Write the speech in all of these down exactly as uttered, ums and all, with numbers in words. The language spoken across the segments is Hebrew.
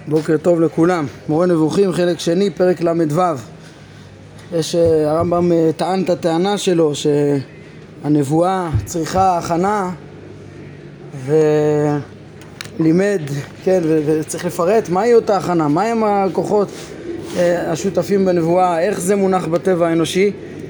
בוקר טוב לכולם. מורה נבוכים חלק שני פרק למד וו. יש הרמב"ם טען את הטענה שלו שהנבואה צריכה הכנה ולימד, כן, וצריך לפרט מהי אותה הכנה, מהם הכוחות השותפים בנבואה, איך זה מונח בטבע האנושי.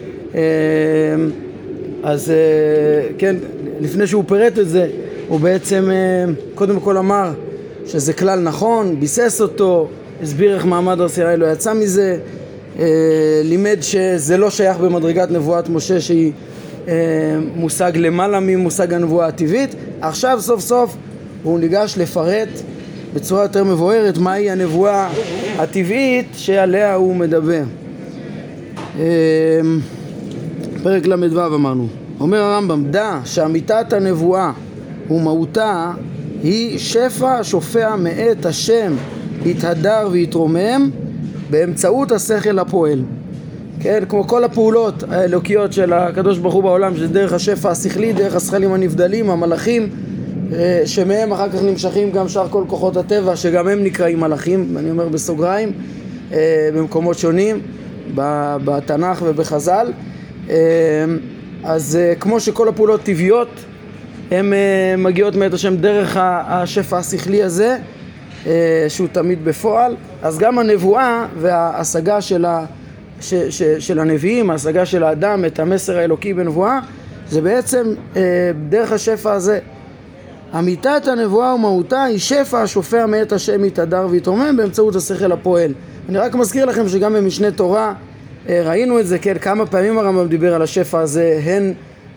אז כן, לפני שהוא פרט את זה הוא בעצם קודם כל אמר שזה כלל נכון, ביסס אותו, הסביר איך מעמד הר סיני לא יצא מזה, לימד שזה לא שייך במדרגת נבואת משה שהיא מושג למעלה ממושג הנבואה הטבעית. עכשיו סוף סוף הוא ניגש לפרט בצורה יותר מבוארת מהי הנבואה הטבעית שעליה הוא מדבר. פרק למד וו אמרנו. אומר הרמב"ם, דע שאמיתת הנבואה ומהותה היא שפע שופע מאת השם יתהדר ויתרומם באמצעות השכל הפועל. כן, כמו כל הפעולות האלוקיות של הקדוש ברוך הוא בעולם, שזה דרך השפע השכלי, דרך השכלים הנבדלים, המלאכים, שמהם אחר כך נמשכים גם שאר כל כוחות הטבע, שגם הם נקראים מלאכים, אני אומר בסוגריים, במקומות שונים, בתנ"ך ובחז"ל. אז כמו שכל הפעולות טבעיות, הן מגיעות מאת השם דרך השפע השכלי הזה, שהוא תמיד בפועל. אז גם הנבואה וההשגה של, ה, ש, ש, של הנביאים, ההשגה של האדם, את המסר האלוקי בנבואה, זה בעצם דרך השפע הזה. אמיתת הנבואה ומהותה היא שפע השופע מאת השם יתהדר ויתרומם באמצעות השכל הפועל. אני רק מזכיר לכם שגם במשנה תורה ראינו את זה, כן, כמה פעמים הרמב"ם דיבר על השפע הזה, הן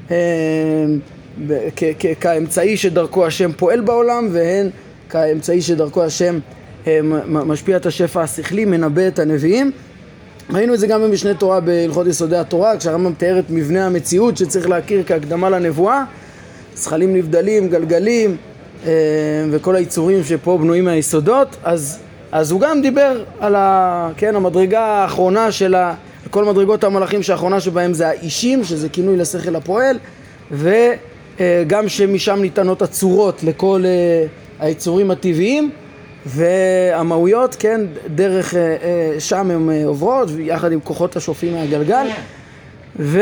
כאמצעי שדרכו השם פועל בעולם, והן כאמצעי שדרכו השם משפיע את השפע השכלי, מנבא את הנביאים. ראינו את זה גם במשנה תורה בהלכות יסודי התורה, כשהרמב"ם תיאר את מבנה המציאות שצריך להכיר כהקדמה לנבואה, זכלים נבדלים, גלגלים וכל היצורים שפה בנויים מהיסודות. אז, אז הוא גם דיבר על ה, כן, המדרגה האחרונה של ה, כל מדרגות המלאכים שהאחרונה שבהם זה האישים, שזה כינוי לשכל הפועל, וגם שמשם ניתנות הצורות לכל היצורים הטבעיים והמהויות, כן, דרך שם הם עוברות יחד עם כוחות השופעים מהגלגל. ו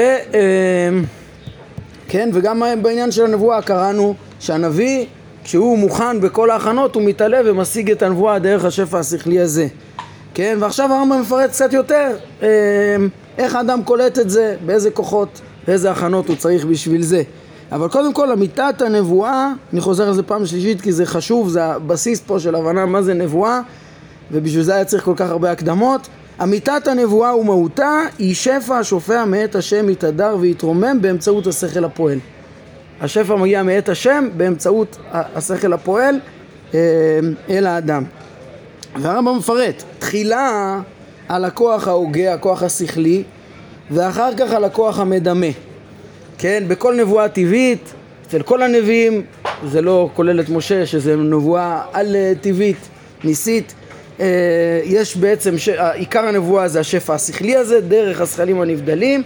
כן, וגם בעניין של הנבואה קראנו שהנביא כשהוא מוכן בכל ההכנות הוא מתעלה ומשיג את הנבואה דרך השפע השכלי הזה. כן, ועכשיו הרמב"ם מפרט קצת יותר איך האדם קולט את זה, באיזה כוחות, באיזה הכנות הוא צריך בשביל זה. אבל קודם כל, אמיתת הנבואה, אני חוזר על זה פעם שלישית כי זה חשוב, זה הבסיס פה של הבנה מה זה נבואה, ובשביל זה היה צריך כל כך הרבה הקדמות. אמיתת הנבואה ומהותה היא שפע שופע מאת השם יתהדר ויתרומם באמצעות השכל הפועל. השפע מגיע מאת השם באמצעות השכל הפועל אל האדם. והרמב"ם מפרט, תחילה על הכוח ההוגה, הכוח השכלי, ואחר כך על הכוח המדמה. כן, בכל נבואה טבעית, אצל כל הנביאים, זה לא כולל את משה, שזה נבואה על טבעית, ניסית, יש בעצם, עיקר הנבואה זה השפע השכלי הזה, דרך השכלים הנבדלים,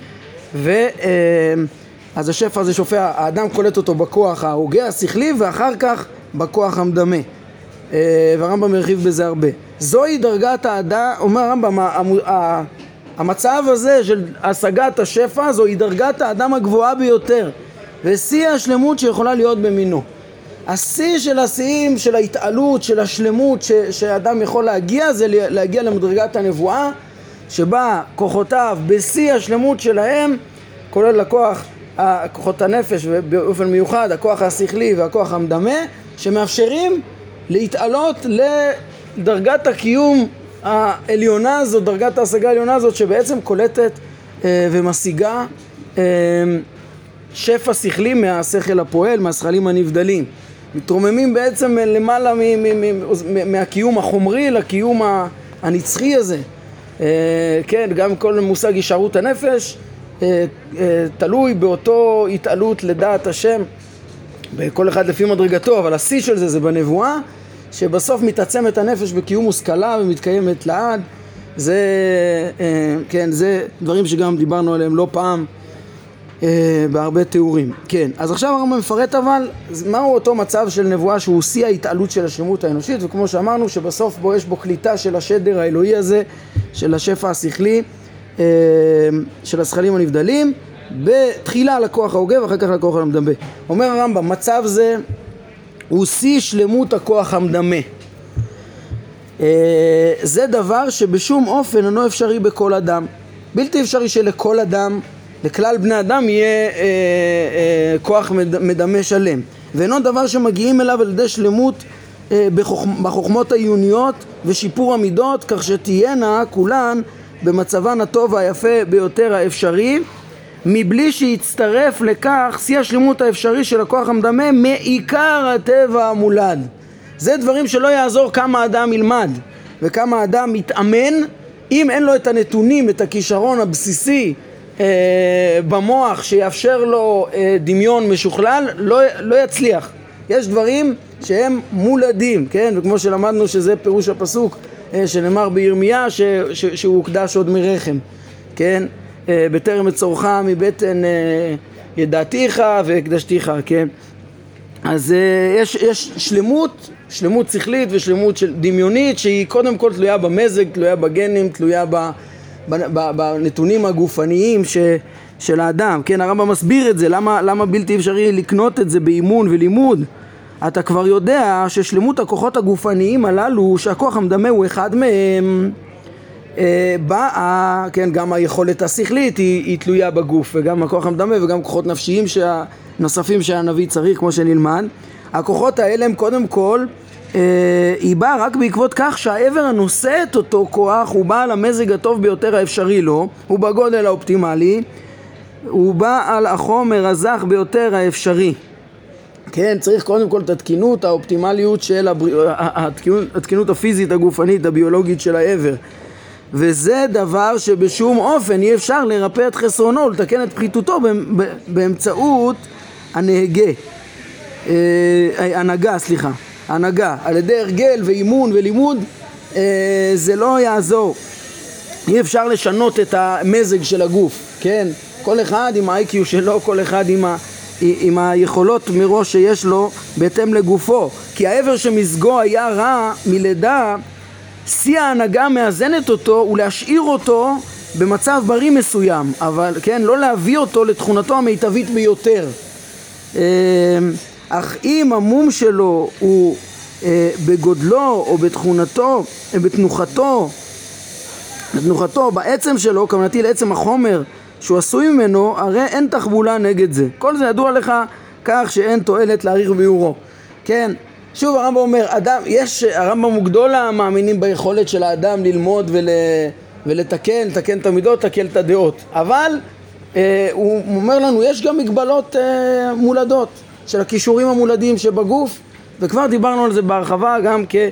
ואז השפע הזה שופע, האדם קולט אותו בכוח ההוגה, השכלי, ואחר כך בכוח המדמה. והרמב"ם הרחיב בזה הרבה. זוהי דרגת האדם, אומר הרמב"ם, המצב הזה של השגת השפע זוהי דרגת האדם הגבוהה ביותר, ושיא השלמות שיכולה להיות במינו. השיא של השיאים, של ההתעלות, של השלמות ש, שהאדם יכול להגיע, זה להגיע למדרגת הנבואה, שבה כוחותיו בשיא השלמות שלהם, כולל הכוח, כוחות הנפש ובאופן מיוחד הכוח השכלי והכוח המדמה, שמאפשרים להתעלות לדרגת הקיום העליונה הזאת, דרגת ההשגה העליונה הזאת, שבעצם קולטת אה, ומשיגה אה, שפע שכלי מהשכל הפועל, מהשכלים הנבדלים. מתרוממים בעצם למעלה מ- מ- מ- מ- מהקיום החומרי לקיום הנצחי הזה. אה, כן, גם כל מושג הישארות הנפש אה, אה, תלוי באותו התעלות לדעת השם, בכל אחד לפי מדרגתו, אבל השיא של זה זה בנבואה, שבסוף מתעצמת הנפש בקיום מושכלה ומתקיימת לעד. זה, כן, זה דברים שגם דיברנו עליהם לא פעם בהרבה תיאורים. כן, אז עכשיו הרמב"ם מפרט אבל מהו אותו מצב של נבואה שהוא שיא ההתעלות של השלמות האנושית, וכמו שאמרנו שבסוף בו יש בו קליטה של השדר האלוהי הזה, של השפע השכלי, של השכלים הנבדלים, בתחילה לכוח ההוגה ואחר כך לכוח המדמה. אומר הרמב"ם, מצב זה הוא שיא שלמות הכוח המדמה. זה דבר שבשום אופן אינו אפשרי בכל אדם. בלתי אפשרי שלכל אדם, לכלל בני אדם יהיה אה, אה, כוח מדמה שלם, ואינו דבר שמגיעים אליו על ידי שלמות אה, בחוכ... בחוכמות העיוניות ושיפור המידות, כך שתהיינה כולן במצבן הטוב והיפה ביותר האפשרי, מבלי שיצטרף לכך שיא השלמות האפשרי של הכוח המדמה מעיקר הטבע המולד. זה דברים שלא יעזור כמה אדם ילמד וכמה אדם יתאמן, אם אין לו את הנתונים, את הכישרון הבסיסי אה, במוח שיאפשר לו אה, דמיון משוכלל, לא, לא יצליח. יש דברים שהם מולדים, כן? וכמו שלמדנו שזה פירוש הפסוק אה, שנאמר בירמיה ש, ש, שהוא הוקדש עוד מרחם, כן? אה, בטרם אצורך מבטן אה, ידעתיך והקדשתיך, כן? אז אה, יש, יש שלמות, שלמות שכלית ושלמות של דמיונית שהיא קודם כל תלויה במזג, תלויה בגנים, תלויה ב... בנתונים הגופניים ש, של האדם. כן, הרמב"ם מסביר את זה, למה, למה בלתי אפשרי לקנות את זה באימון ולימוד. אתה כבר יודע ששלמות הכוחות הגופניים הללו, שהכוח המדמה הוא אחד מהם, אה, באה, כן, גם היכולת השכלית היא, היא תלויה בגוף, וגם הכוח המדמה וגם כוחות נפשיים שה, נוספים שהנביא צריך, כמו שנלמד. הכוחות האלה הם קודם כל היא באה רק בעקבות כך שהעבר הנושא את אותו כוח הוא בעל המזג הטוב ביותר האפשרי לו, הוא בגודל האופטימלי, הוא בעל החומר הזך ביותר האפשרי. כן, צריך קודם כל את התקינות, האופטימליות של הבר... התקינות, התקינות הפיזית, הגופנית, הביולוגית של העבר. וזה דבר שבשום אופן אי אפשר לרפא את חסרונו, לתקן את פחיתותו באמצעות הנהגה, הנהגה, סליחה. הנהגה, על ידי הרגל ואימון ולימוד, אה, זה לא יעזור. אי אפשר לשנות את המזג של הגוף, כן? כל אחד עם ה-איי קיו שלו, כל אחד עם, ה, עם היכולות מראש שיש לו בהתאם לגופו. כי העבר שמזגו היה רע מלידה, שיא ההנהגה מאזנת אותו ולהשאיר אותו במצב בריא מסוים, אבל כן, לא להביא אותו לתכונתו המיטבית ביותר. אה, אך אם המום שלו הוא אה, בגודלו או בתכונתו, אה, בתנוחתו, בתנוחתו, בעצם שלו, כוונתי לעצם החומר שהוא עשוי ממנו, הרי אין תחבולה נגד זה. כל זה ידוע לך כך שאין תועלת להעריך ביורו. כן, שוב הרמב"ם אומר, אדם, יש, הרמב"ם הוא גדול המאמינים ביכולת של האדם ללמוד ול, ולתקן, לתקן את המידות, לתקן את הדעות. אבל אה, הוא אומר לנו, יש גם מגבלות אה, מולדות. של הכישורים המולדים שבגוף, וכבר דיברנו על זה בהרחבה גם כ,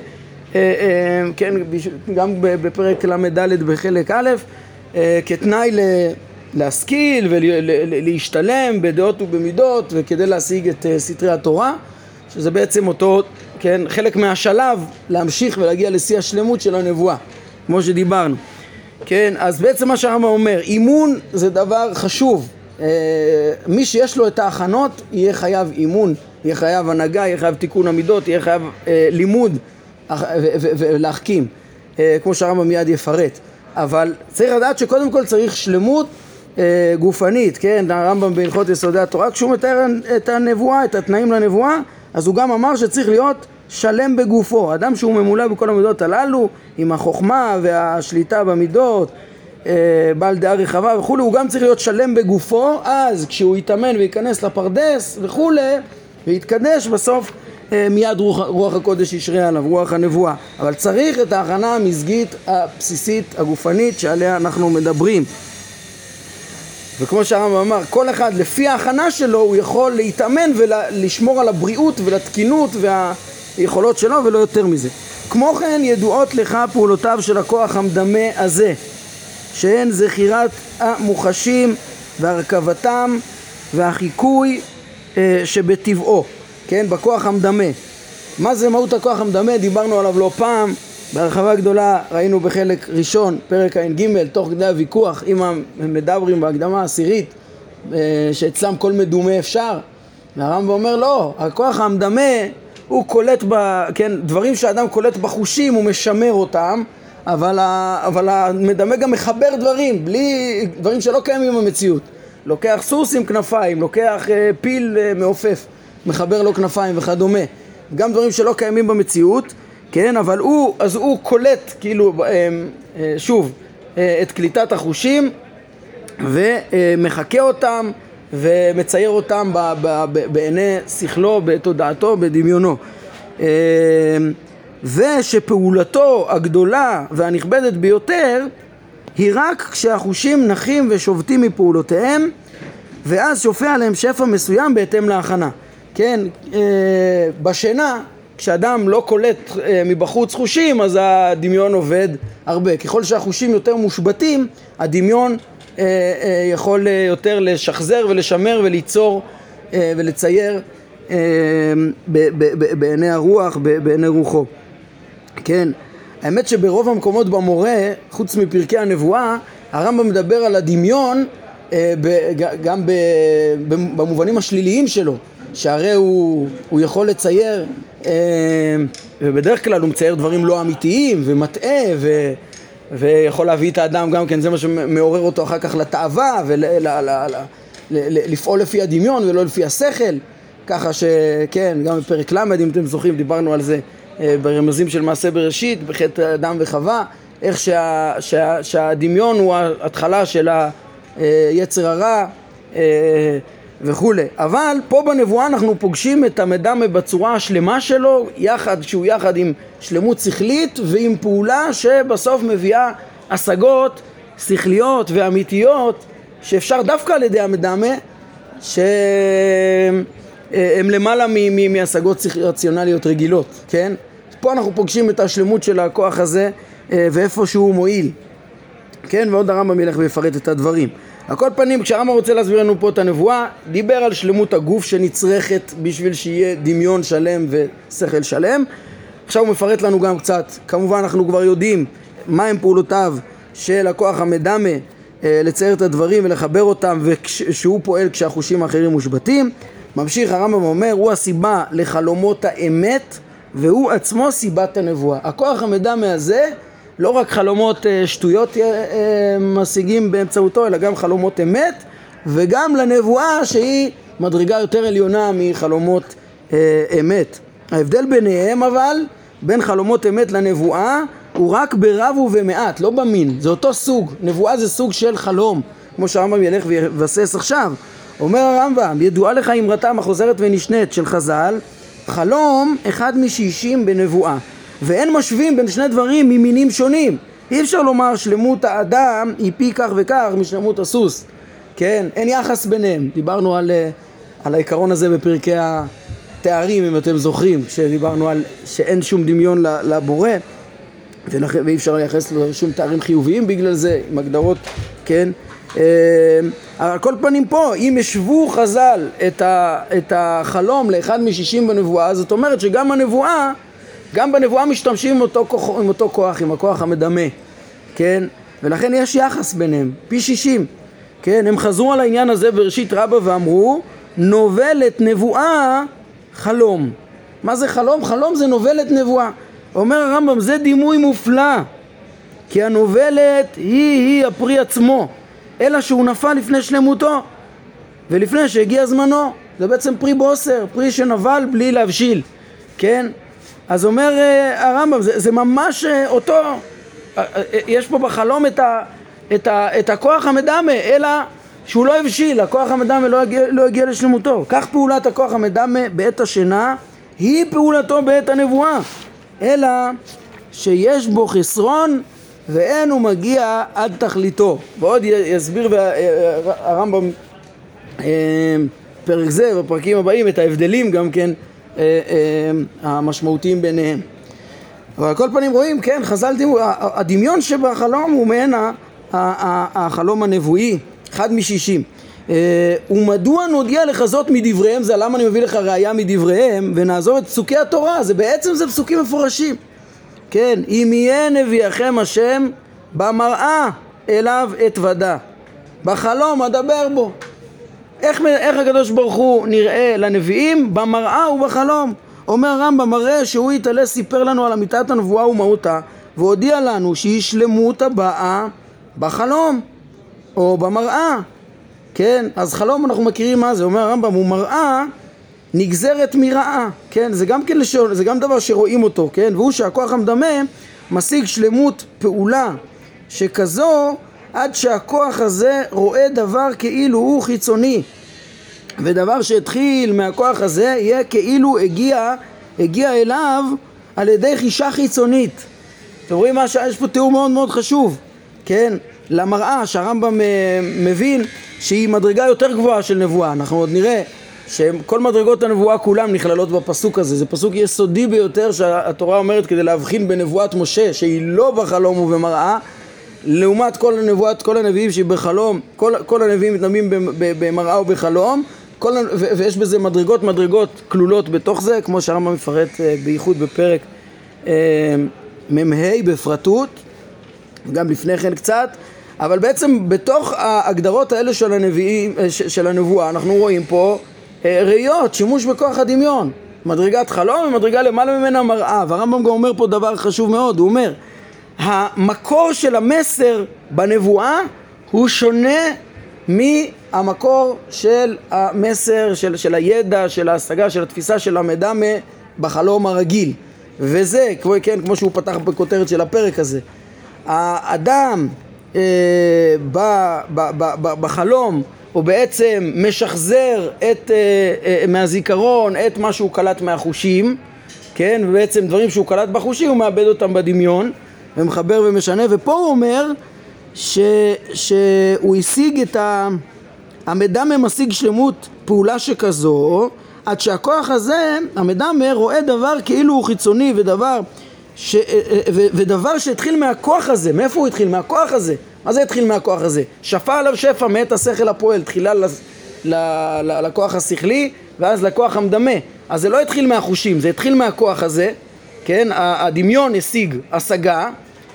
כן, גם בפרק למד בחלק א', כתנאי להשכיל ולהשתלם בדעות ובמידות וכדי להשיג את סתרי התורה, שזה בעצם אותו, כן, חלק מהשלב להמשיך ולהגיע לשיא השלמות של הנבואה, כמו שדיברנו. כן, אז בעצם מה שהרמב"ם אומר, אימון זה דבר חשוב. מי שיש לו את ההכנות יהיה חייב אימון, יהיה חייב הנהגה, יהיה חייב תיקון המידות, יהיה חייב אה, לימוד ולהחכים, אה, כמו שהרמב"ם מיד יפרט. אבל צריך לדעת שקודם כל צריך שלמות אה, גופנית, כן? הרמב"ם בהלכות יסודי התורה, כשהוא מתאר את הנבואה, את התנאים לנבואה, אז הוא גם אמר שצריך להיות שלם בגופו. אדם שהוא ממולא בכל המידות הללו, עם החוכמה והשליטה במידות, בעל דעה רחבה וכולי, הוא גם צריך להיות שלם בגופו, אז כשהוא יתאמן וייכנס לפרדס וכולי ויתקדש, בסוף מיד רוח, רוח הקודש ישרה עליו, רוח הנבואה. אבל צריך את ההכנה המזגית הבסיסית הגופנית שעליה אנחנו מדברים, וכמו שהרמב"ם אמר, כל אחד לפי ההכנה שלו הוא יכול להתאמן ולשמור על הבריאות ולתקינות והיכולות שלו ולא יותר מזה. כמו כן ידועות לך פעולותיו של הכוח המדמה הזה, שהן זכירת המוחשים והרכבתם והחיקוי אה, שבטבעו, כן, בכוח המדמה. מה זה מהות הכוח המדמה? דיברנו עליו לא פעם, בהרחבה גדולה ראינו בחלק ראשון, פרק ע"ג, תוך כדי הוויכוח עם המדברים בהקדמה העשירית שאצלם כל מדומה אפשר. והרמב"ם אומר לא, הכוח המדמה הוא קולט, ב, כן, דברים שאדם קולט בחושים הוא משמר אותם, אבל, ה, אבל המדמה גם מחבר דברים, בלי, דברים שלא קיימים במציאות. לוקח סוס עם כנפיים, לוקח אה, פיל אה, מעופף, מחבר לו כנפיים וכדומה. גם דברים שלא קיימים במציאות, כן, אבל הוא, אז הוא קולט, כאילו, אה, אה, שוב, אה, את קליטת החושים, ומחכה אותם, ומצייר אותם ב, ב, ב, בעיני שכלו, בתודעתו, בדמיונו. אה, ושפעולתו הגדולה והנכבדת ביותר, היא רק כשהחושים נחים ושובטים מפעולותיהם, ואז שופע עליהם שפע מסוים בהתאם להכנה. כן, אה, בשינה, כשאדם לא קולט אה, מבחוץ חושים, אז הדמיון עובד הרבה. ככל שהחושים יותר מושבטים, הדמיון אה, אה, יכול יותר לשחזר ולשמר וליצור אה, ולצייר אה, ב- ב- ב- בעיני הרוח, ב- בעיני רוחו. כן, האמת שברוב המקומות במורה, חוץ מפרקי הנבואה, הרמב"ם מדבר על הדמיון אה, ב- גם ב- במובנים השליליים שלו, שהרי הוא, הוא יכול לצייר, אה, ובדרך כלל הוא מצייר דברים לא אמיתיים ומטעה, ו, ויכול להביא את האדם גם כן, זה מה שמעורר אותו אחר כך לתאווה ולפעול לפי הדמיון ולא לפי השכל, ככה שכן, גם בפרק למד, אם אתם זוכרים, דיברנו על זה, ברמזים של מעשה בראשית, בחטא אדם וחווה, איך שה, שה, שהדמיון הוא ההתחלה של היצר הרע וכו'. אבל פה בנבואה אנחנו פוגשים את המדמה בצורה השלמה שלו, יחד, שהוא יחד עם שלמות שכלית ועם פעולה שבסוף מביאה השגות שכליות ואמיתיות שאפשר דווקא על ידי המדמה, שהם למעלה מהשגות רציונליות רגילות, כן? פה אנחנו פוגשים את השלמות של הכוח הזה ואיפה שהוא מועיל, כן? ועוד הרמב"ם ילך ויפרט את הדברים. על כל פנים, כשהרמב"ם רוצה להסביר לנו פה את הנבואה, דיבר על שלמות הגוף שנצרכת בשביל שיהיה דמיון שלם ושכל שלם. עכשיו הוא מפרט לנו גם קצת, כמובן אנחנו כבר יודעים מהם פעולותיו של הכוח המדמה לצייר את הדברים ולחבר אותם, ושהוא פועל כשהחושים האחרים מושבטים. ממשיך הרמב"ם אומר, הוא הסיבה לחלומות האמת והוא עצמו סיבת הנבואה. הכוח המדמה הזה, לא רק חלומות שטויות משיגים באמצעותו, אלא גם חלומות אמת, וגם לנבואה שהיא מדרגה יותר עליונה מחלומות אמת. ההבדל ביניהם אבל, בין חלומות אמת לנבואה, הוא רק ברב ובמעט, לא במין. זה אותו סוג. נבואה זה סוג של חלום, כמו שהרמב"ם ילך ויבסס עכשיו. אומר הרמב"ם, ידועה לך אמרתם החוזרת ונשנית של חז"ל, חלום אחד משישים בנבואה, ואין משווים בין שני דברים ממינים שונים. אי אפשר לומר שלמות האדם היא פי כך וכך משלמות הסוס, כן? אין יחס ביניהם. דיברנו על, על העיקרון הזה בפרקי התארים, אם אתם זוכרים, שדיברנו על שאין שום דמיון לבורא, ואי אפשר לייחס לו שום תארים חיוביים בגלל זה, עם הגדרות, כן? על כל פנים פה, אם ישבו חז"ל את, ה, את החלום לאחד משישים בנבואה, זאת אומרת שגם הנבואה, גם בנבואה משתמשים עם אותו כוח, עם אותו כוח, עם הכוח המדמה, כן? ולכן יש יחס ביניהם, פי שישים, כן? הם חזרו על העניין הזה בראשית רבה ואמרו, נובלת נבואה חלום. מה זה חלום? חלום זה נובלת נבואה. אומר הרמב"ם, זה דימוי מופלא, כי הנובלת היא היא הפרי עצמו, אלא שהוא נפל לפני שלמותו ולפני שהגיע זמנו. זה בעצם פרי בוסר, פרי שנבל בלי להבשיל, כן? אז אומר uh, הרמב"ם, זה, זה ממש uh, אותו, uh, uh, יש פה בחלום את, ה, את, ה, את הכוח המדמה, אלא שהוא לא הבשיל, הכוח המדמה לא הגיע, לא הגיע לשלמותו. כך פעולת הכוח המדמה בעת השינה היא פעולתו בעת הנבואה, אלא שיש בו חסרון ואין הוא מגיע עד תכליתו. ועוד יסביר הרמב"ם פרק זה בפרקים הבאים את ההבדלים גם כן המשמעותיים ביניהם. אבל על כל פנים רואים, כן, חז"ל, הדמיון שבחלום הוא מעין החלום הנבואי, אחד משישים. ומדוע נודיע לך זאת מדבריהם? זה למה אני מביא לך ראיה מדבריהם ונעזור את פסוקי התורה, זה בעצם זה פסוקים מפורשים, כן? אם יהיה נביאכם השם במראה אליו אתוודה, בחלום אדבר בו. איך, איך הקדוש ברוך הוא נראה לנביאים? במראה ובחלום. אומר הרמב"ם, מראה שהוא יתעלה סיפר לנו על אמיתת הנבואה ומהותה, והודיע לנו שהיא שלמות הבאה בחלום או במראה. כן, אז חלום אנחנו מכירים מה זה, אומר הרמב"ם, הוא מראה נגזרת מראה, כן, זה גם כן לשון, זה גם דבר שרואים אותו, כן, והוא שהכוח המדמה משיג שלמות פעולה שכזו עד שהכוח הזה רואה דבר כאילו הוא חיצוני, ודבר שהתחיל מהכוח הזה יהיה כאילו הגיע, הגיע אליו על ידי חישה חיצונית. אתם רואים מה שיש פה תיאור מאוד מאוד חשוב, כן, למראה שהרמב"ם מבין שהיא מדרגה יותר גבוהה של נבואה. אנחנו עוד נראה שכל מדרגות הנבואה כולם נכללות בפסוק הזה. זה פסוק יסודי ביותר שהתורה אומרת כדי להבחין בנבואת משה שהיא לא בחלום ובמראה, לעומת כל הנבואת, כל הנביאים שהיא בחלום. כל, כל הנביאים מתנבאים במראה ובחלום, כל, ו, ויש בזה מדרגות מדרגות כלולות בתוך זה, כמו שהרמב"ם מפרט בייחוד בפרק מ"ה בפרטות, וגם לפני כן קצת. אבל בעצם בתוך ההגדרות האלה של הנביאים, של הנבואה, אנחנו רואים פה ראיות, שימוש בכוח הדמיון, מדרגת חלום ומדרגה למעלה ממנה מראה. והרמב"ם גם אומר פה דבר חשוב מאוד, הוא אומר, המקור של המסר בנבואה הוא שונה מהמקור של המסר, של, של הידע, של ההשגה, של התפיסה של המדמה בחלום הרגיל. וזה, כן, כמו שהוא פתח בכותרת של הפרק הזה, האדם אה, ב, ב, ב, ב, בחלום הוא בעצם משחזר את, אה, אה, מהזיכרון את מה שהוא קלט מהחושים, כן, ובעצם דברים שהוא קלט בחושים הוא מאבד אותם בדמיון ומחבר ומשנה. ופה הוא אומר ש, שהוא השיג את ה, המדמה משיג שלמות פעולה שכזו עד שהכוח הזה, המדמה, רואה דבר כאילו הוא חיצוני ודבר ש... ו... ודבר שהתחיל מהכוח הזה. מאיפה הוא התחיל? מהכוח הזה. מה זה התחיל מהכוח הזה? שפע עליו שפע מאת השכל הפועל, תחילה ל... ל... ל... לכוח השכלי ואז לכוח המדמה. אז זה לא התחיל מהחושים, זה התחיל מהכוח הזה, כן? הדמיון השיג השגה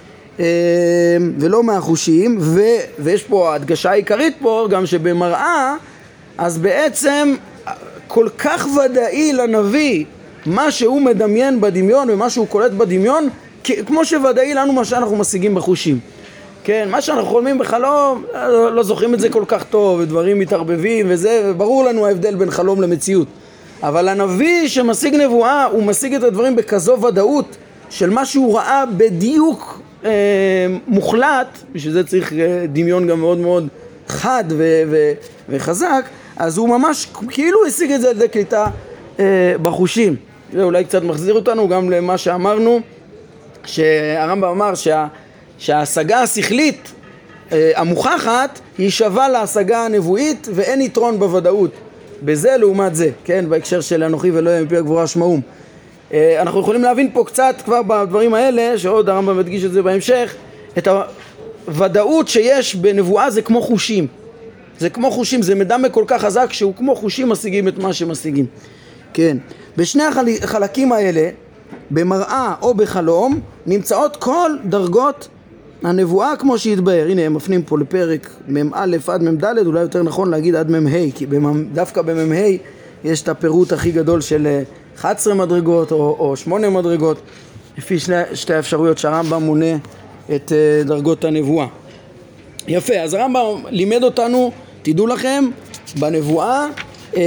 ולא מהחושים, ו... ויש פה הדגשה העיקרית פה גם שבמראה, אז בעצם כל כך ודאי לנביא מה שהוא מדמיין בדמיון ומה שהוא קולט בדמיון, כמו שוודאי לנו מה שאנחנו משיגים בחושים. כן, מה שאנחנו חולמים בחלום, לא, לא זוכרים את זה כל כך טוב, ודברים מתערבבים וזה, וברור לנו ההבדל בין חלום למציאות. אבל הנביא שמשיג נבואה, הוא משיג את הדברים בכזו ודאות של מה שהוא ראה בדיוק אה, מוחלט, בשביל זה צריך אה, דמיון גם מאוד מאוד חד ו- ו- וחזק, אז הוא ממש כאילו השיג את זה על ידי קליטה אה, בחושים. זה אולי קצת מחזיר אותנו גם למה שאמרנו, שהרמב"ם אמר שה, שההשגה השכלית אה, המוכחת היא שווה להשגה הנבואית ואין יתרון בוודאות בזה לעומת זה, כן, בהקשר של אנוכי ולא יהיה מפי הגבורה שמעום. אה, אנחנו יכולים להבין פה קצת כבר בדברים האלה, שעוד הרמב"ם מדגיש את זה בהמשך, את הוודאות שיש בנבואה. זה כמו חושים, זה כמו חושים, זה מדמה כל כך חזק שהוא כמו חושים משיגים את מה שמשיגים. כן, בשני החלקים האלה, במראה או בחלום, נמצאות כל דרגות הנבואה כמו שהתבהר. הנה הם מפנים פה לפרק מ"א עד מ"ד, אולי יותר נכון להגיד עד מ"ה, כי דווקא במ"ה יש את הפירוט הכי גדול של אחת עשרה מדרגות או, או שמונה מדרגות, לפי שני, שתי האפשרויות שהרמב"ם מונה את דרגות הנבואה. יפה, אז הרמב"ם לימד אותנו, תדעו לכם, בנבואה אה,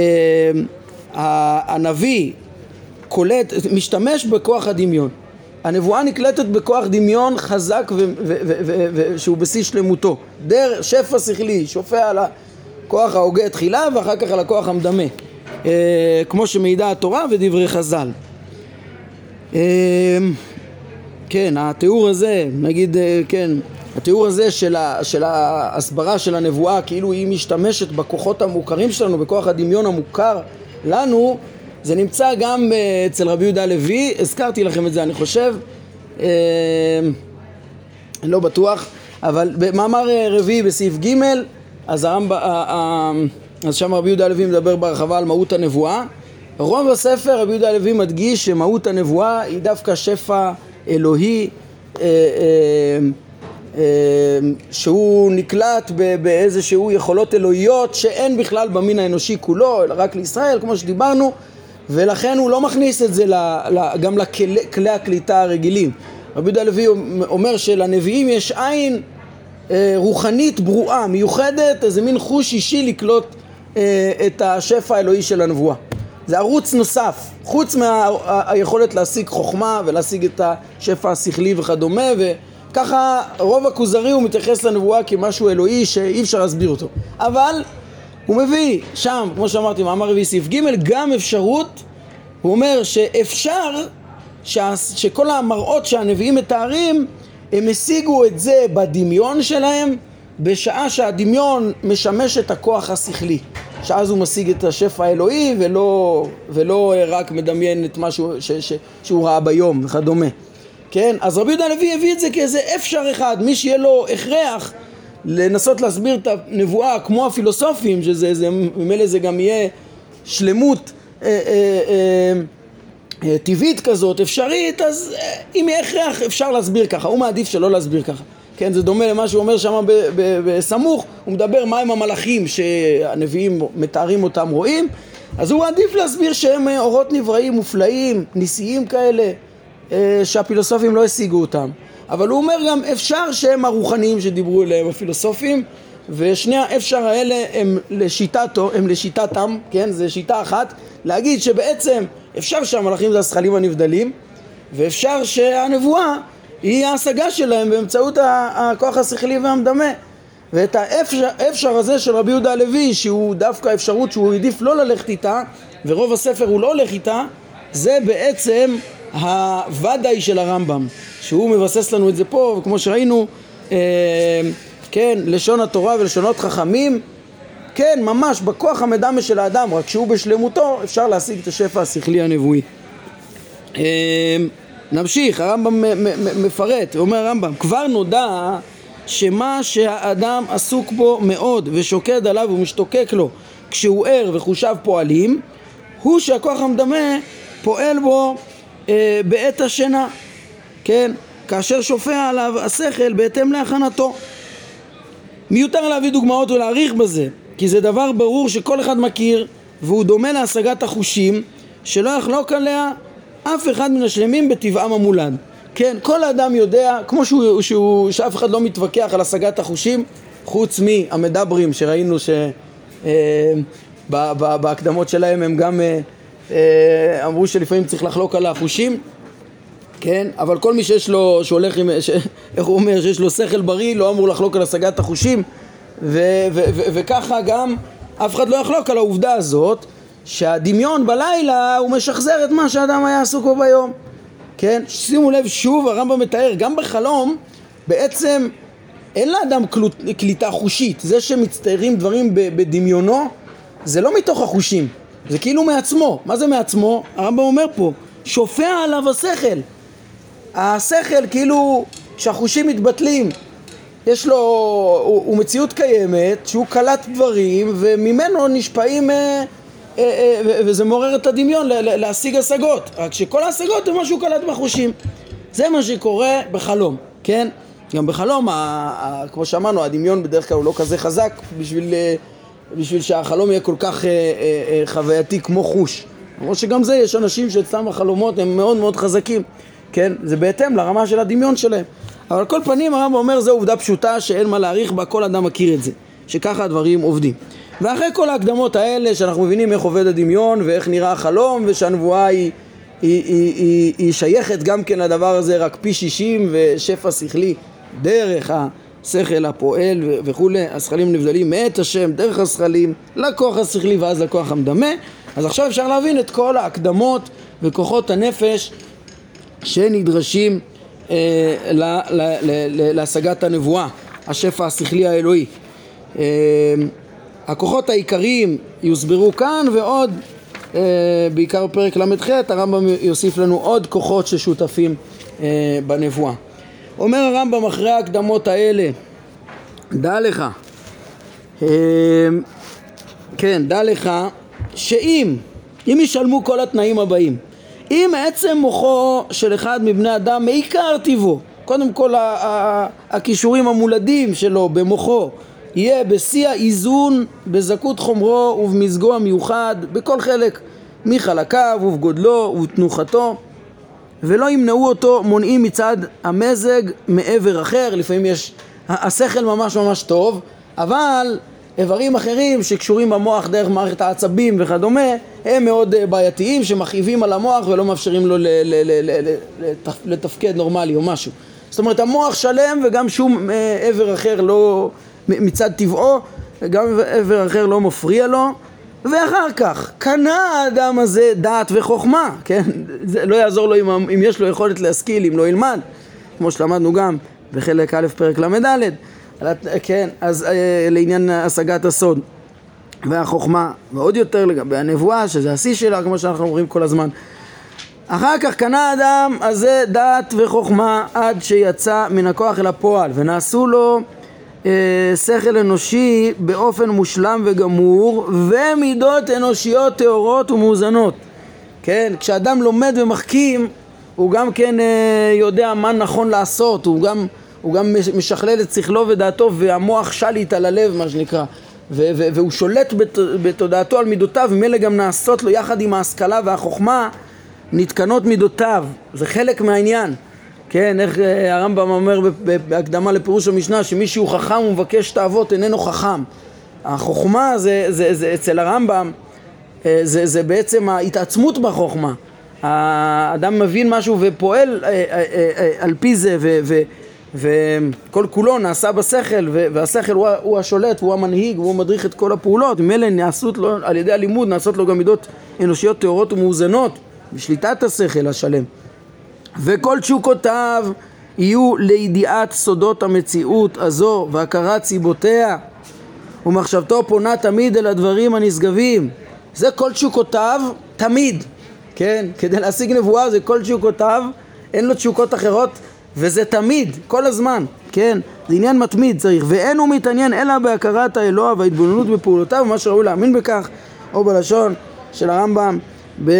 הנביא קולט, משתמש בכוח הדמיון. הנבואה נקלטת בכוח דמיון חזק ו- ו- ו- ו- ו- שהוא בשיא שלמותו. דר שפע שכלי, שופע על הכוח ההוגה תחילה ואחר כך על הכוח המדמה. אה, כמו שמעידה התורה ודברי חז"ל. אה, כן, התיאור הזה, נגיד, אה, כן, התיאור הזה של, ה- של ההסברה של הנבואה, כאילו היא משתמשת בכוחות המוכרים שלנו, בכוח הדמיון המוכר לנו, זה נמצא גם אצל רבי יהודה הלוי. הזכרתי לכם את זה אני חושב, אה, לא בטוח, אבל במאמר רביעי בסעיף ג' אז, הרמב, אה, אה, אז שם רבי יהודה הלוי מדבר בהרחבה על מהות הנבואה. רוב הספר רבי יהודה הלוי מדגיש שמהות הנבואה היא דווקא שפע אלוהי אה, אה, שהוא נקלט באיזשהו יכולות אלוהיות שאין בכלל במין האנושי כולו, אלא רק לישראל, כמו שדיברנו, ולכן הוא לא מכניס את זה גם לכלי הקליטה הרגילים. רבי יהודה הלוי אומר שלנביאים יש עין רוחנית ברואה, מיוחדת, איזה מין חוש אישי לקלוט את השפע האלוהי של הנבואה. זה ערוץ נוסף, חוץ מהיכולת להשיג חוכמה ולהשיג את השפע השכלי וכדומה, וככה רוב הכוזרי הוא מתייחס לנבואה כמשהו אלוהי שאי אפשר להסביר אותו. אבל הוא מביא שם, כמו שאמרתי, מאמר רביעי סעיף ג' גם אפשרות, הוא אומר שאפשר שה, שכל המראות שהנביאים מתארים, הם השיגו את זה בדמיון שלהם, בשעה שהדמיון משמש את הכוח השכלי. שאז הוא משיג את השפע האלוהי ולא, ולא רק מדמיין את משהו ש, ש, שהוא ראה ביום וכדומה. כן? אז רבי יהודה הלוי הביא את זה כאיזה אפשר אחד, מי שיהיה לו הכרח לנסות להסביר את הנבואה כמו הפילוסופים, שזה זה, ממילא זה גם יהיה שלמות אה, אה, אה, אה, טבעית כזאת, אפשרית, אז אה, אם יהיה הכרח אפשר להסביר ככה, הוא מעדיף שלא להסביר ככה. כן, זה דומה למה שהוא אומר שם בסמוך, הוא מדבר מהם המלאכים שהנביאים מתארים אותם רואים, אז הוא עדיף להסביר שהם אורות נבראים מופלאים, ניסיים כאלה, שהפילוסופים לא השיגו אותם. אבל הוא אומר גם אפשר שהם הרוחניים שדיברו אליהם הפילוסופים, ושני האפשר האלה הם לשיטתו, הם לשיטתם, כן, זה שיטה אחת, להגיד שבעצם אפשר שהמלאכים זה השכלים הנבדלים, ואפשר שהנבואה היא ההשגה שלהם באמצעות הכוח השכלי והמדמה. ואת האפשר, האפשר הזה של רבי יהודה הלוי, שהוא דווקא אפשרות שהוא העדיף לא ללכת איתה, ורוב הספר הוא לא הולך איתה, זה בעצם הוודאי של הרמב"ם, שהוא מבסס לנו את זה פה, וכמו שראינו, אה, כן, לשון התורה ולשונות חכמים, כן, ממש בכוח המדמה של האדם, רק שהוא בשלמותו, אפשר להשיג את השפע השכלי הנבואי. אה, נמשיך, הרמב"ם מפרט, אומר הרמב"ם, כבר נודע שמה שהאדם עסוק בו מאוד ושוקד עליו ומשתוקק לו כשהוא ער וחושיו פועלים, הוא שהכוח המדמה פועל בו אה, בעת השינה, כן? כאשר שופע עליו השכל בהתאם להכנתו. מיותר להביא דוגמאות ולהעריך בזה, כי זה דבר ברור שכל אחד מכיר, והוא דומה להשגת החושים שלא יחלוק עליה אף אחד מן השלמים בטבעם המולד. כן, כל האדם יודע, כמו שהוא, שהוא, שאף אחד לא מתווכח על השגת החושים, חוץ מהמדברים שראינו ש... אה, ב, ב, בהקדמות שלהם הם גם אה, אה, אמרו שלפעמים צריך לחלוק על החושים, כן, אבל כל מי שיש לו, שהולך עם, ש, איך הוא אומר, שיש לו שכל בריא, לא אמור לחלוק על השגת החושים, ו, ו, ו, ו, וככה גם אף אחד לא יחלוק על העובדה הזאת, שהדמיון בלילה הוא משחזר את מה שהאדם היה עסוק בו ביום. כן? שימו לב שוב, הרמב"ם מתאר, גם בחלום בעצם אין לאדם קליטה חושית. זה שמצטיירים דברים בדמיונו, זה לא מתוך החושים, זה כאילו מעצמו. מה זה מעצמו? הרמב"ם אומר פה, שופע עליו השכל. השכל כאילו שהחושים מתבטלים, יש לו, הוא, הוא מציאות קיימת, שהוא קלט דברים וממנו נשפעים, אה, אה, אה, וזה מעורר את הדמיון להשיג השגות, רק שכל ההשגות הוא משהו קלט בחושים. זה מה שקורה בחלום, כן? גם בחלום, ה, ה, כמו שאמרנו, הדמיון בדרך כלל הוא לא כזה חזק בשביל, בשביל שהחלום יהיה כל כך אה, אה, חווייתי כמו חוש. למרות שגם זה, יש אנשים שאצלם החלומות הם מאוד מאוד חזקים, כן? זה בהתאם לרמה של הדמיון שלהם. אבל כל פנים הרמב"ם אומר זו עובדה פשוטה שאין מה להעריך בה, כל אדם מכיר את זה, שככה הדברים עובדים. ואחרי כל ההקדמות האלה שאנחנו מבינים איך עובד הדמיון ואיך נראה החלום, ושהנבואה היא, היא, היא, היא, היא שייכת גם כן לדבר הזה רק פי שישים ושפע שכלי דרך השכל הפועל וכו', השכלים נבדלים מאת השם דרך השכלים לכוח השכלי ואז לכוח המדמה. אז עכשיו אפשר להבין את כל ההקדמות וכוחות הנפש שנדרשים אה, ל, ל, ל, ל, להשגת הנבואה, השפע השכלי האלוהי. אה, הכוחות העיקריים יוסברו כאן, ועוד אה, בעיקר בפרק למ"ח הרמב"ם יוסיף לנו עוד כוחות ששותפים אה, בנבואה. אומר הרמב"ם אחרי ההקדמות האלה, דע לך, אה, כן, דע לך שאם אם ישלמו כל התנאים הבאים, אם עצם מוחו של אחד מבני אדם מעיקר טיבו קודם כל הכישורים המולדים שלו במוחו יהיה בשיא האיזון, בזכות חומרו ובמזגו המיוחד, בכל חלק מחלקיו ובגודלו ובתנוחתו, ולא ימנעו אותו מונעים מצד המזג מעבר אחר. לפעמים יש, השכל ממש ממש טוב, אבל איברים אחרים שקשורים במוח דרך מערכת העצבים וכדומה, הם מאוד בעייתיים, שמכאיבים על המוח ולא מאפשרים לו ל- ל- ל- ל- ל- לתפקד נורמלי או משהו. זאת אומרת, המוח שלם וגם שום עבר אחר לא, מצד טבעו, גם עבר אחר לא מפריע לו. ואחר כך, קנה האדם הזה דעת וחוכמה, כן? זה לא יעזור לו אם, אם יש לו יכולת להשכיל, אם לא ילמד, כמו שלמדנו גם בחלק א' פרק למד, כן? אז לעניין השגת הסוד והחוכמה, ועוד יותר לגבי הנבואה, שזה השיא שלה, כמו שאנחנו אומרים כל הזמן. אחר כך קנה האדם הזה דעת וחוכמה עד שיצא מן הכוח אל הפועל, ונעשו לו שכל אנושי באופן מושלם וגמור, ומידות אנושיות טהורות ומאוזנות. כן, כשאדם לומד ומחכים, הוא גם כן יודע מה נכון לעשות, הוא גם, הוא גם משכלל את שכלו ודעתו, והמוח שליט על הלב, מה שנקרא, ו- ו- והוא שולט בת- בתודעתו על מידותיו, ומילא גם נעשות לו יחד עם ההשכלה והחוכמה נתקנות מידותיו. זה חלק מהעניין. כן, איך הרמב"ם אומר בהקדמה לפירוש המשנה, שמישהו חכם ומבקש תאוות איננו חכם. החוכמה זה, זה, זה אצל הרמב"ם, זה, זה בעצם ההתעצמות בחוכמה. האדם מבין משהו ופועל על פי זה, ו, ו, וכל כולו נעשה בשכל, והשכל הוא, הוא השולט, הוא המנהיג, הוא מדריך את כל הפעולות. ממילא נעשות לו, על ידי הלימוד נעשות לו גם מידות אנושיות טהורות ומאוזנות, בשליטת השכל השלם. וכל תשוקותיו יהיו לידיעת סודות המציאות הזו והכרת סיבותיה, ומחשבתו פונה תמיד אל הדברים הנשגבים. זה כל תשוקותיו תמיד, כן? כדי להשיג נבואה זה כל תשוקותיו, אין לו תשוקות אחרות, וזה תמיד, כל הזמן, כן? זה עניין מתמיד צריך, ואין הוא מתעניין אלא בהכרת האלוה וההתבוננות בפעולותיו, ומה שראוי להאמין בכך, או בלשון של הרמב"ם ב...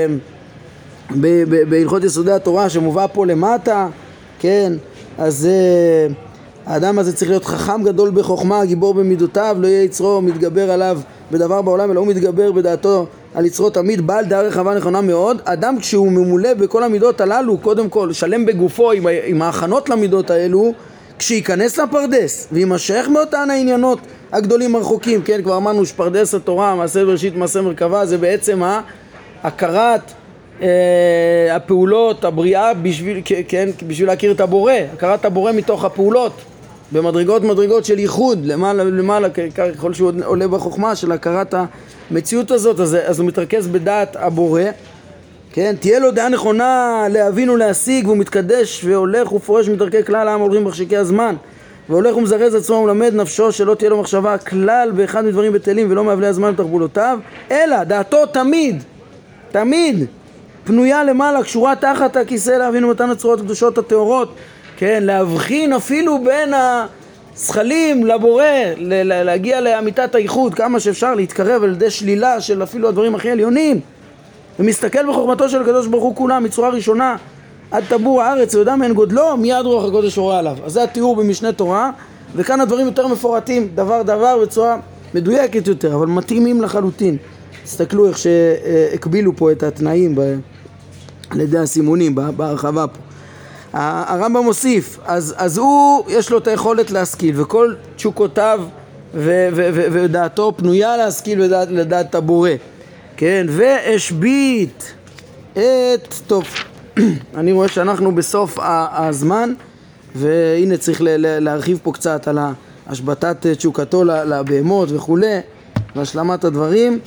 בהלכות יסודי התורה שמובא פה למטה, כן? אז uh, האדם הזה צריך להיות חכם גדול בחוכמה, גיבור במידותיו, לא יהיה יצרו מתגבר עליו בדבר בעולם, אלא הוא מתגבר בדעתו על יצרו תמיד, בעל דעה רחבה נכונה מאוד. אדם כשהוא ממולא בכל המידות הללו, קודם כל שלם בגופו עם, עם ההכנות למידות האלו, כשיכנס לפרדס וימשך מאותן העניינות הגדולים הרחוקים, כן? כבר אמרנו שפרדס התורה, מעשה בראשית, מעשה מרכבה, זה בעצם ההכרת Uh, הפעולות, הבריאה בשביל, כן, בשביל להכיר את הבורא, הכרת הבורא מתוך הפעולות במדרגות מדרגות של ייחוד למעלה למעלה, ככל שהוא עולה בחוכמה של הכרת המציאות הזאת, אז, אז הוא מתרכז בדעת הבורא, כן, תהיה לו דעה נכונה להבין ולהשיג, והוא מתקדש והולך ופורש מדרכי כלל העם הולכים בחשיקי הזמן, והולך ומזרז עצמו ומלמד נפשו שלא תהיה לו מחשבה כלל באחד מדברים בטלים ולא מעבלי הזמן בתחבולותיו, אלא דעתו תמיד תמיד פנויה למעלה, קשורה תחת הכיסא להבין ומתן הצורות הקדושות הטהורות, כן, להבחין אפילו בין השכלים לבורא, ל- להגיע לאמיתת הייחוד, כמה שאפשר להתקרב על ידי שלילה של אפילו הדברים הכי עליונים, ומסתכל בחוכמתו של הקדוש ברוך הוא כולה מצורה ראשונה עד טבור הארץ ויודע מאין גודלו, מיד רוח הקודש הורה עליו. אז זה התיאור במשנה תורה, וכאן הדברים יותר מפורטים דבר דבר בצורה מדויקת יותר, אבל מתאימים לחלוטין. תסתכלו איך שהקבילו פה את התנאים ב... על ידי הסימונים בהרחבה פה. הרמב"ם מוסיף, אז, אז הוא יש לו את היכולת להשכיל, וכל תשוקותיו ו- ו- ו- ודעתו פנויה להשכיל לדעת, לדעת הבורא, כן? והשבית את, טוב, אני רואה שאנחנו בסוף הזמן, והנה צריך להרחיב פה קצת על השבתת תשוקתו לבהמות וכולי, והשלמת הדברים.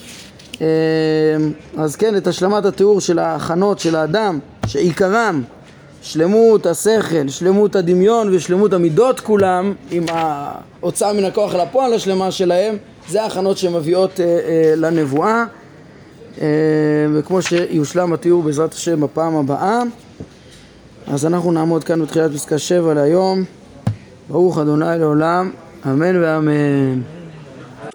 אז כן, את השלמת התיאור של ההכנות של האדם, שעיקרם שלמות השכל, שלמות הדמיון ושלמות המידות כולם, עם ההוצאה מן הכוח אל הפועל השלמה שלהם, זה ההכנות שמביאות אה, אה, לנבואה, אה, וכמו שיושלם התיאור בעזרת השם בפעם הבאה. אז אנחנו נעמוד כאן בתחילת פסקה שבע להיום. ברוך אדוני לעולם, אמן ואמן.